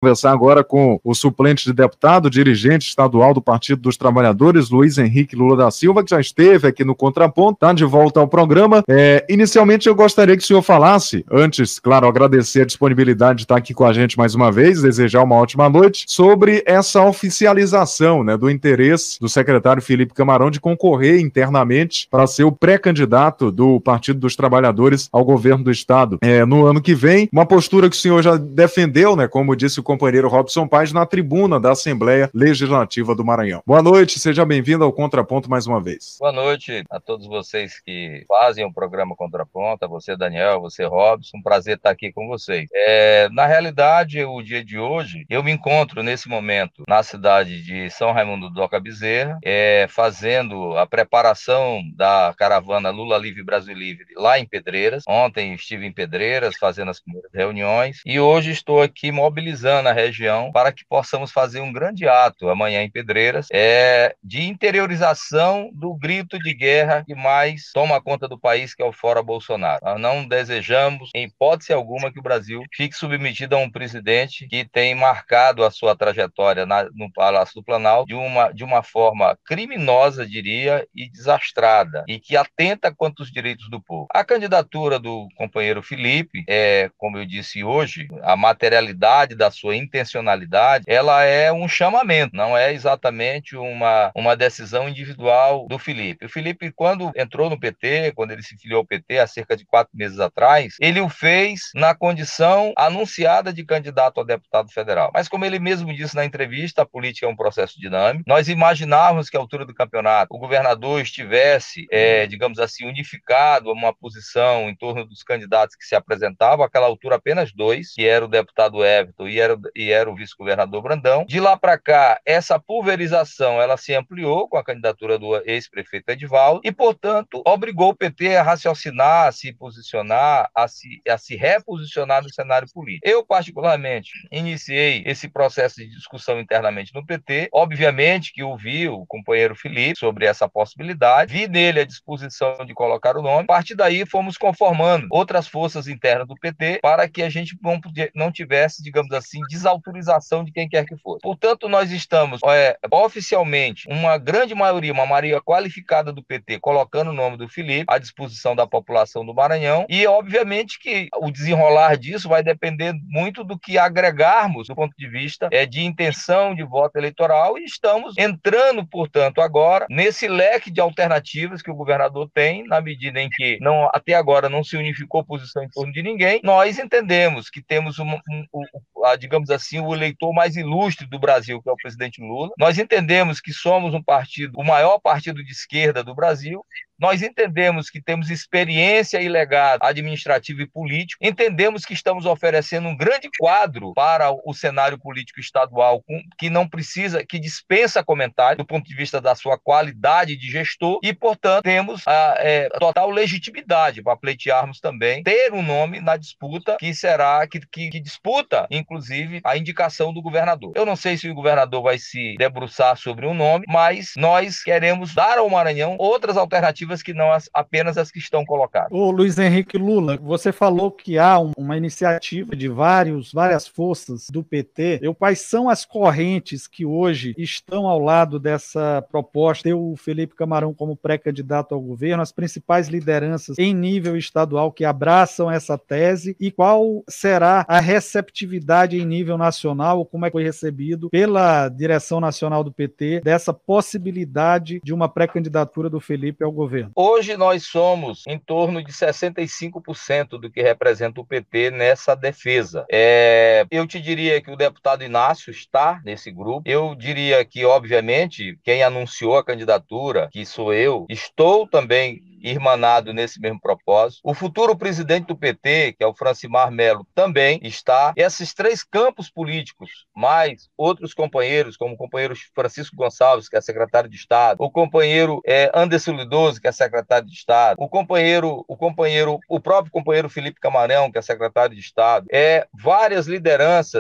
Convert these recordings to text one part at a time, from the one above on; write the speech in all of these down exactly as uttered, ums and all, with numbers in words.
Conversar agora com o suplente de deputado, dirigente estadual do Partido dos Trabalhadores, Luiz Henrique Lula da Silva, que já esteve aqui no Contraponto, está de volta ao programa. É, inicialmente, eu gostaria que o senhor falasse, antes, claro, agradecer a disponibilidade de estar aqui com a gente mais uma vez, desejar uma ótima noite, sobre essa oficialização, né, do interesse do secretário Felipe Camarão de concorrer internamente para ser o pré-candidato do Partido dos Trabalhadores ao governo do Estado é, no ano que vem. Uma postura que o senhor já defendeu, né, como disse o companheiro Robson Paes, na tribuna da Assembleia Legislativa do Maranhão. Boa noite, seja bem-vindo ao Contraponto mais uma vez. Boa noite a todos vocês que fazem o programa Contraponto, a você, Daniel, você, Robson, um prazer estar aqui com vocês. É, na realidade, o dia de hoje, eu me encontro nesse momento na cidade de São Raimundo do Doca Bezerra, é, fazendo a preparação da caravana Lula Livre Brasil Livre lá em Pedreiras. Ontem estive em Pedreiras fazendo as primeiras reuniões e hoje estou aqui mobilizando na região para que possamos fazer um grande ato amanhã em Pedreiras, é, de interiorização do grito de guerra que mais toma conta do país, que é o Fora Bolsonaro. Nós não desejamos, em hipótese alguma, que o Brasil fique submetido a um presidente que tem marcado a sua trajetória na, no Palácio do Planalto de uma, de uma forma criminosa, diria, e desastrada, e que atenta contra os direitos do povo. A candidatura do companheiro Felipe, é, como eu disse hoje, a materialidade da sua intencionalidade, ela é um chamamento, não é exatamente uma, uma decisão individual do Felipe. O Felipe, quando entrou no P T, quando ele se filiou ao P T há cerca de quatro meses atrás, ele o fez na condição anunciada de candidato a deputado federal. Mas como ele mesmo disse na entrevista, a política é um processo dinâmico. Nós imaginávamos que à altura do campeonato o governador estivesse, é, digamos assim, unificado a uma posição em torno dos candidatos que se apresentavam, àquela altura apenas dois, que era o deputado Everton e era, e era o vice-governador Brandão. De lá para cá, essa pulverização ela se ampliou com a candidatura do ex-prefeito Edivaldo e, portanto, obrigou o P T a raciocinar, a se posicionar, a se, a se reposicionar no cenário político. Eu, particularmente, iniciei esse processo de discussão internamente no P T. Obviamente que ouvi o companheiro Felipe sobre essa possibilidade, vi nele a disposição de colocar o nome. A partir daí, fomos conformando outras forças internas do P T para que a gente não, podia, não tivesse, digamos assim, desautorização de quem quer que fosse. Portanto, nós estamos é, oficialmente, uma grande maioria, uma maioria qualificada do P T, colocando o nome do Felipe à disposição da população do Maranhão, e obviamente que o desenrolar disso vai depender muito do que agregarmos do ponto de vista é, de intenção de voto eleitoral, e estamos entrando, portanto, agora nesse leque de alternativas que o governador tem, na medida em que não, até agora não se unificou posição em torno de ninguém. Nós entendemos que temos, um, um, um, a, digamos assim, o eleitor mais ilustre do Brasil, que é o presidente Lula. Nós entendemos que somos um partido, o maior partido de esquerda do Brasil. Nós entendemos que temos experiência e legado administrativo e político, entendemos que estamos oferecendo um grande quadro para o cenário político estadual, que não precisa, que dispensa comentário do ponto de vista da sua qualidade de gestor, e, portanto, temos a é, total legitimidade para pleitearmos também ter um nome na disputa que será, que, que, que disputa, inclusive, a indicação do governador. Eu não sei se o governador vai se debruçar sobre um nome, mas nós queremos dar ao Maranhão outras alternativas que não as, apenas as que estão colocadas. Ô Luiz Henrique Lula, você falou que há um, uma iniciativa de vários, várias forças do P T. Eu, quais são as correntes que hoje estão ao lado dessa proposta? Ter o Felipe Camarão como pré-candidato ao governo, as principais lideranças em nível estadual que abraçam essa tese, e qual será a receptividade em nível nacional, ou como é que foi recebido pela direção nacional do P T dessa possibilidade de uma pré-candidatura do Felipe ao governo? Hoje nós somos em torno de sessenta e cinco por cento do que representa o P T nessa defesa. É, eu te diria que o deputado Inácio está nesse grupo. Eu diria que, obviamente, quem anunciou a candidatura, que sou eu, estou também irmanado nesse mesmo propósito. O futuro presidente do P T, que é o Francimar Melo, também está. E esses três campos políticos, mais outros companheiros, como o companheiro Francisco Gonçalves, que é secretário de Estado, o companheiro é, Anderson Lidoso, que é secretário de Estado, o companheiro, o companheiro, o próprio companheiro Felipe Camarão, que é secretário de Estado, é várias lideranças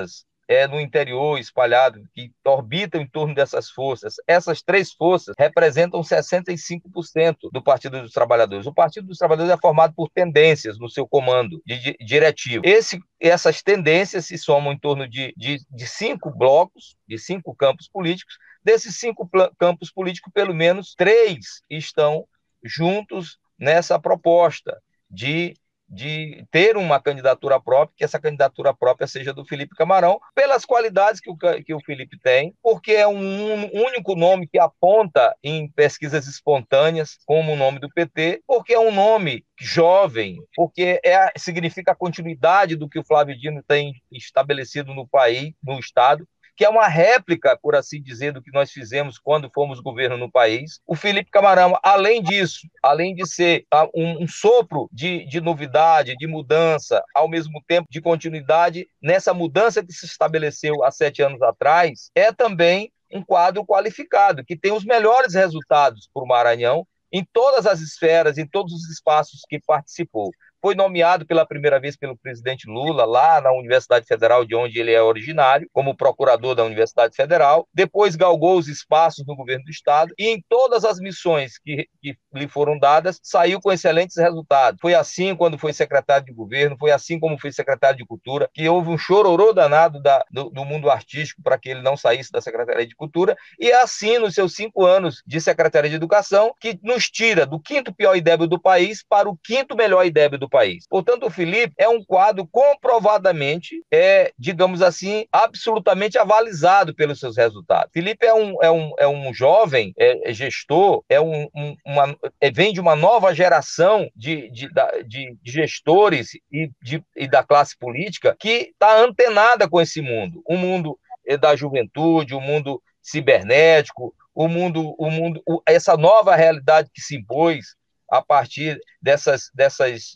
é, no interior, espalhado, que orbitam em torno dessas forças. Essas três forças representam sessenta e cinco por cento do Partido dos Trabalhadores. O Partido dos Trabalhadores é formado por tendências no seu comando de, de, diretivo. Esse, essas tendências se somam em torno de, de, de cinco blocos, de cinco campos políticos. Desses cinco campos políticos, pelo menos três estão juntos nessa proposta de de ter uma candidatura própria, que essa candidatura própria seja do Felipe Camarão, pelas qualidades que o, que o Felipe tem, porque é um único nome que aponta em pesquisas espontâneas como o nome do P T, porque é um nome jovem, porque é, significa a continuidade do que o Flávio Dino tem estabelecido no país, no Estado, que é uma réplica, por assim dizer, do que nós fizemos quando fomos governo no país. O Felipe Camarão, além disso, além de ser um, um sopro de, de novidade, de mudança, ao mesmo tempo de continuidade, nessa mudança que se estabeleceu há sete anos atrás, é também um quadro qualificado, que tem os melhores resultados para o Maranhão, em todas as esferas, em todos os espaços que participou. Foi nomeado pela primeira vez pelo presidente Lula, lá na Universidade Federal, de onde ele é originário, como procurador da Universidade Federal. Depois galgou os espaços no governo do Estado e em todas as missões que, que lhe foram dadas, saiu com excelentes resultados. Foi assim quando foi secretário de governo, foi assim como foi secretário de Cultura, que houve um chororô danado da, do, do mundo artístico para que ele não saísse da Secretaria de Cultura, e é assim nos seus cinco anos de Secretaria de Educação, que nos tira do quinto pior I D E B do país para o quinto melhor I D E B do país. Portanto, o Felipe é um quadro comprovadamente, é, digamos assim, absolutamente avalizado pelos seus resultados. Felipe é um, é um, é um jovem é, é gestor, é um, um, uma, é, vem de uma nova geração de, de, de, de gestores e, de, e da classe política que está antenada com esse mundo. O mundo da juventude, o mundo cibernético, o mundo, o mundo, essa nova realidade que se impôs a partir dessas, dessas,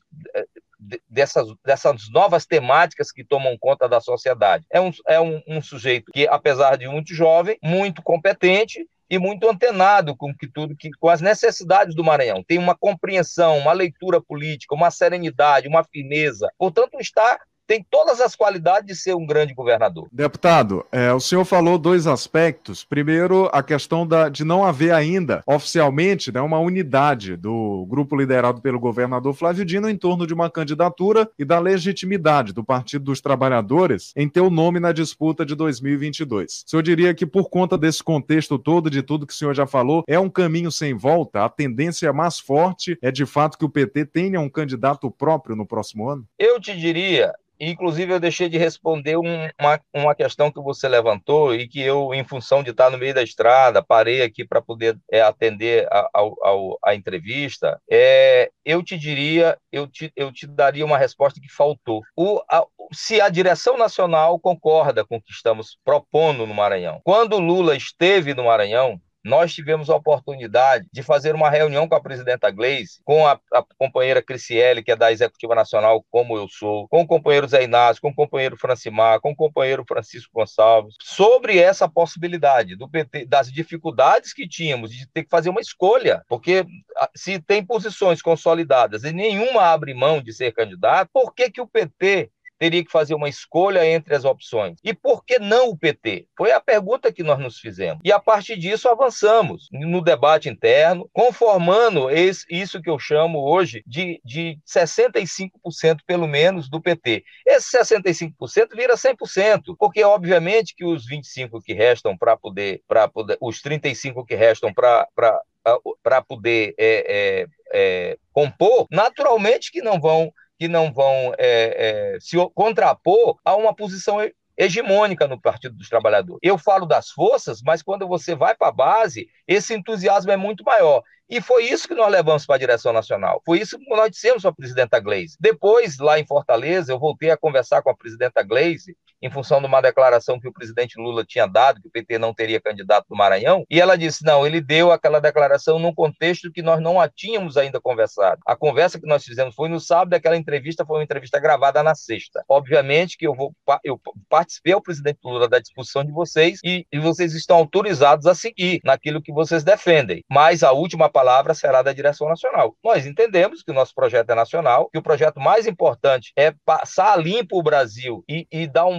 dessas, dessas novas temáticas que tomam conta da sociedade. É um, é um, um sujeito que, apesar de muito jovem, muito competente e muito antenado com que tudo, que, com as necessidades do Maranhão. Tem uma compreensão, uma leitura política, uma serenidade, uma firmeza. Portanto, está... tem todas as qualidades de ser um grande governador. Deputado, é, o senhor falou dois aspectos. Primeiro, a questão da, de não haver ainda, oficialmente, né, uma unidade do grupo liderado pelo governador Flávio Dino em torno de uma candidatura e da legitimidade do Partido dos Trabalhadores em ter o nome na disputa de dois mil e vinte e dois. O senhor diria que, por conta desse contexto todo, de tudo que o senhor já falou, é um caminho sem volta? A tendência mais forte é, de fato, que o P T tenha um candidato próprio no próximo ano? Eu te diria... Inclusive, eu deixei de responder um, uma, uma questão que você levantou e que eu, em função de estar no meio da estrada, parei aqui para poder é, atender a, a, a, a entrevista. É, eu te diria, eu te, eu te daria uma resposta que faltou. O, a, se a direção nacional concorda com o que estamos propondo no Maranhão. Quando Lula esteve no Maranhão, nós tivemos a oportunidade de fazer uma reunião com a presidenta Gleice, com a, a companheira Criciele, que é da Executiva Nacional, como eu sou, com o companheiro Zé Inácio, com o companheiro Francimar, com o companheiro Francisco Gonçalves, sobre essa possibilidade do P T, das dificuldades que tínhamos de ter que fazer uma escolha, porque se tem posições consolidadas e nenhuma abre mão de ser candidato, por que que o P T teria que fazer uma escolha entre as opções? E por que não o P T? Foi a pergunta que nós nos fizemos. E a partir disso avançamos no debate interno, conformando esse, isso que eu chamo hoje de, de sessenta e cinco por cento pelo menos do P T. Esse sessenta e cinco por cento vira cem por cento, porque obviamente que os vinte e cinco por cento que restam para poder, para poder, os trinta e cinco por cento que restam para para poder é, é, é, compor, naturalmente que não vão que não vão é, é, se contrapor a uma posição hegemônica no Partido dos Trabalhadores. Eu falo das forças, mas quando você vai para a base, esse entusiasmo é muito maior. E foi isso que nós levamos para a direção nacional. Foi isso que nós dissemos para a presidenta Gleice. Depois, lá em Fortaleza, eu voltei a conversar com a presidenta Gleice, em função de uma declaração que o presidente Lula tinha dado, que o P T não teria candidato no Maranhão, e ela disse, não, ele deu aquela declaração num contexto que nós não a tínhamos ainda conversado. A conversa que nós fizemos foi no sábado, aquela entrevista foi uma entrevista gravada na sexta. Obviamente que eu vou eu participei ao presidente Lula da discussão de vocês e, e vocês estão autorizados a seguir naquilo que vocês defendem, mas a última palavra será da direção nacional. Nós entendemos que o nosso projeto é nacional, que o projeto mais importante é passar limpo o Brasil e, e dar um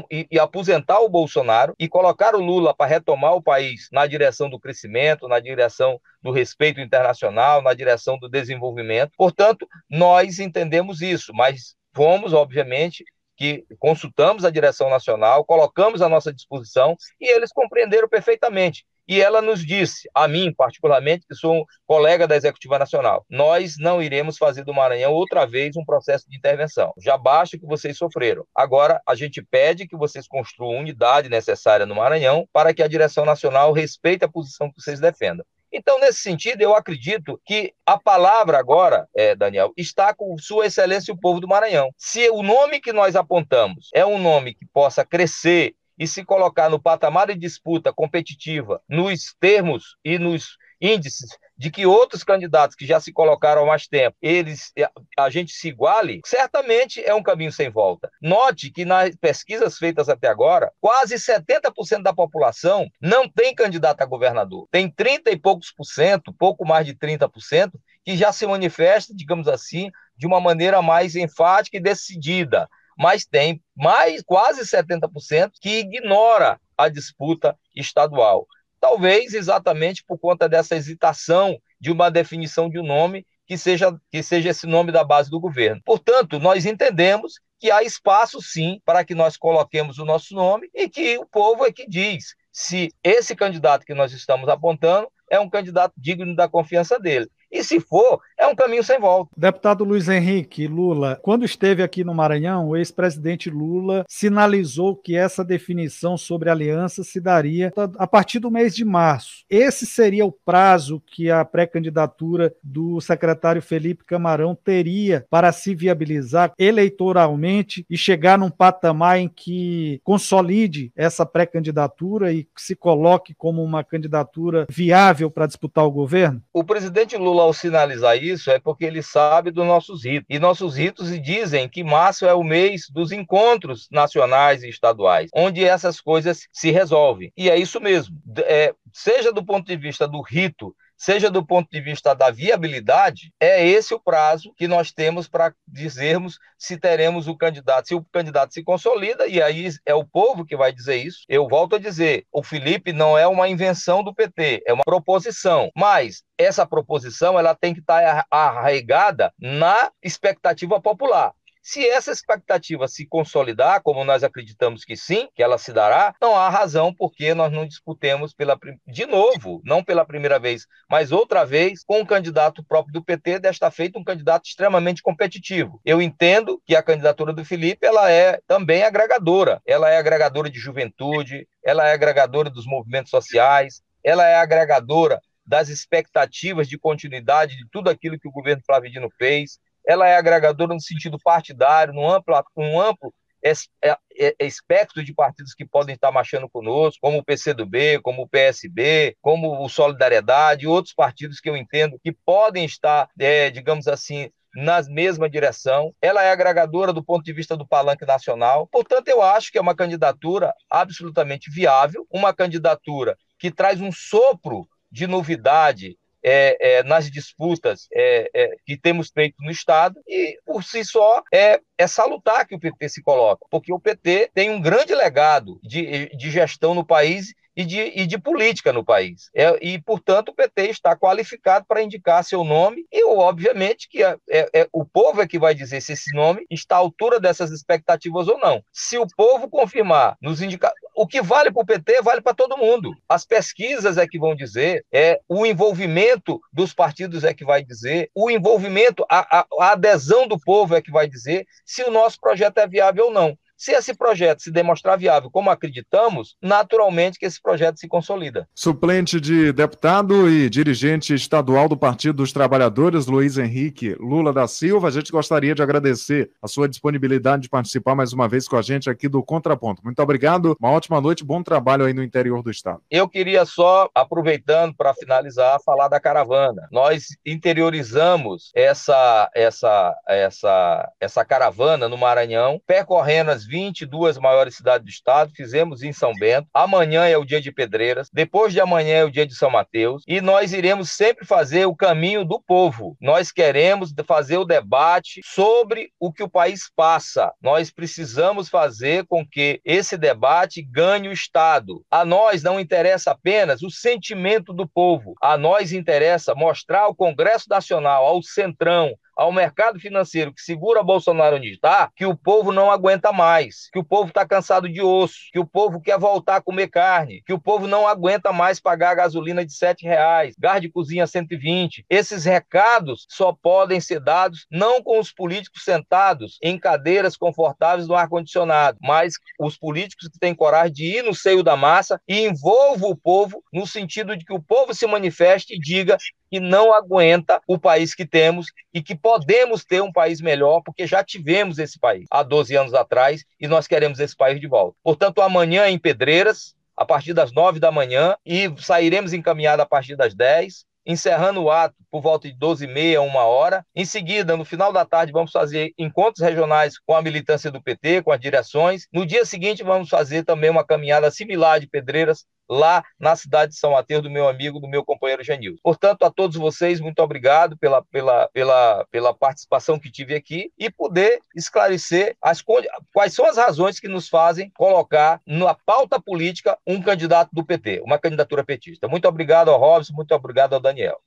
e, e aposentar o Bolsonaro e colocar o Lula para retomar o país na direção do crescimento, na direção do respeito internacional, na direção do desenvolvimento. Portanto, nós entendemos isso, mas fomos, obviamente, que consultamos a direção nacional, colocamos à nossa disposição e eles compreenderam perfeitamente. E ela nos disse, a mim particularmente, que sou um colega da Executiva Nacional, nós não iremos fazer do Maranhão outra vez um processo de intervenção. Já basta o que vocês sofreram. Agora, a gente pede que vocês construam a unidade necessária no Maranhão para que a direção nacional respeite a posição que vocês defendam. Então, nesse sentido, eu acredito que a palavra agora, é, Daniel, está com Sua Excelência o povo do Maranhão. Se o nome que nós apontamos é um nome que possa crescer e se colocar no patamar de disputa competitiva, nos termos e nos índices de que outros candidatos que já se colocaram há mais tempo, eles, a gente se iguale, certamente é um caminho sem volta. Note que nas pesquisas feitas até agora, quase setenta por cento da população não tem candidato a governador. Tem trinta e poucos por cento, pouco mais de trinta por cento, que já se manifesta, digamos assim, de uma maneira mais enfática e decidida. Mas tem mais quase setenta por cento que ignora a disputa estadual. Talvez exatamente por conta dessa hesitação de uma definição de um nome que seja, que seja esse nome da base do governo. Portanto, nós entendemos que há espaço, sim, para que nós coloquemos o nosso nome e que o povo é que diz se esse candidato que nós estamos apontando é um candidato digno da confiança dele. E se for, é um caminho sem volta. Deputado Luiz Henrique Lula, quando esteve aqui no Maranhão, o ex-presidente Lula sinalizou que essa definição sobre aliança se daria a partir do mês de março. Esse seria o prazo que a pré-candidatura do secretário Felipe Camarão teria para se viabilizar eleitoralmente e chegar num patamar em que consolide essa pré-candidatura e se coloque como uma candidatura viável para disputar o governo? O presidente Lula, ao sinalizar isso, é porque ele sabe dos nossos ritos. E nossos ritos dizem que março é o mês dos encontros nacionais e estaduais, onde essas coisas se resolvem. E é isso mesmo. É, seja do ponto de vista do rito, seja do ponto de vista da viabilidade, é esse o prazo que nós temos para dizermos se teremos o candidato, se o candidato se consolida, e aí é o povo que vai dizer isso. Eu volto a dizer, o Felipe não é uma invenção do P T, é uma proposição, mas essa proposição ela tem que estar arraigada na expectativa popular. Se essa expectativa se consolidar, como nós acreditamos que sim, que ela se dará, não há razão porque nós não disputemos pela, de novo, não pela primeira vez, mas outra vez, com um candidato próprio do P T, desta feita um candidato extremamente competitivo. Eu entendo que a candidatura do Felipe ela é também agregadora. Ela é agregadora de juventude, ela é agregadora dos movimentos sociais, ela é agregadora das expectativas de continuidade de tudo aquilo que o governo Flávio Dino fez. Ela é agregadora no sentido partidário, num amplo, um amplo es, é, é, espectro de partidos que podem estar marchando conosco, como o P C do B, como o P S B, como o Solidariedade e outros partidos que eu entendo que podem estar, é, digamos assim, na mesma direção. Ela é agregadora do ponto de vista do palanque nacional. Portanto, eu acho que é uma candidatura absolutamente viável, uma candidatura que traz um sopro de novidade É, é, nas disputas é, é, que temos feito no Estado e, por si só, é, é salutar que o P T se coloca, porque o P T tem um grande legado de, de gestão no país e de, e de política no país. É, e, portanto, o P T está qualificado para indicar seu nome e, obviamente, que é, é, é, o povo é que vai dizer se esse nome está à altura dessas expectativas ou não. Se o povo confirmar, nos indicar... O que vale para o P T vale para todo mundo. As pesquisas é que vão dizer, é, o envolvimento dos partidos é que vai dizer, o envolvimento, a, a, a adesão do povo é que vai dizer se o nosso projeto é viável ou não. Se esse projeto se demonstrar viável, como acreditamos, naturalmente que esse projeto se consolida. Suplente de deputado e dirigente estadual do Partido dos Trabalhadores, Luiz Henrique Lula da Silva, a gente gostaria de agradecer a sua disponibilidade de participar mais uma vez com a gente aqui do Contraponto. Muito obrigado, uma ótima noite, bom trabalho aí no interior do estado. Eu queria só, aproveitando para finalizar, falar da caravana. Nós interiorizamos essa, essa, essa, essa caravana no Maranhão, percorrendo as vinte e duas maiores cidades do estado, fizemos em São Bento. Amanhã é o dia de Pedreiras, depois de amanhã é o dia de São Mateus, e nós iremos sempre fazer o caminho do povo. Nós queremos fazer o debate sobre o que o país passa. Nós precisamos fazer com que esse debate ganhe o Estado. A nós não interessa apenas o sentimento do povo, a nós interessa mostrar ao Congresso Nacional, ao Centrão, ao mercado financeiro que segura Bolsonaro onde está, que o povo não aguenta mais, que o povo está cansado de osso, que o povo quer voltar a comer carne, que o povo não aguenta mais pagar a gasolina de sete reais, gás de cozinha cento e vinte. Esses recados só podem ser dados não com os políticos sentados em cadeiras confortáveis no ar-condicionado, mas os políticos que têm coragem de ir no seio da massa e envolvam o povo no sentido de que o povo se manifeste e diga que não aguenta o país que temos e que podemos ter um país melhor, porque já tivemos esse país há doze anos atrás e nós queremos esse país de volta. Portanto, amanhã em Pedreiras, a partir das nove da manhã, e sairemos encaminhados a partir das dez, encerrando o ato por volta de doze e meia, uma hora. Em seguida, no final da tarde, vamos fazer encontros regionais com a militância do P T, com as direções. No dia seguinte, vamos fazer também uma caminhada similar de Pedreiras, lá na cidade de São Mateus, do meu amigo, do meu companheiro Janilson. Portanto, a todos vocês, muito obrigado pela, pela, pela, pela participação que tive aqui e poder esclarecer as, quais são as razões que nos fazem colocar na pauta política um candidato do P T, uma candidatura petista. Muito obrigado ao Robson, muito obrigado ao Daniel.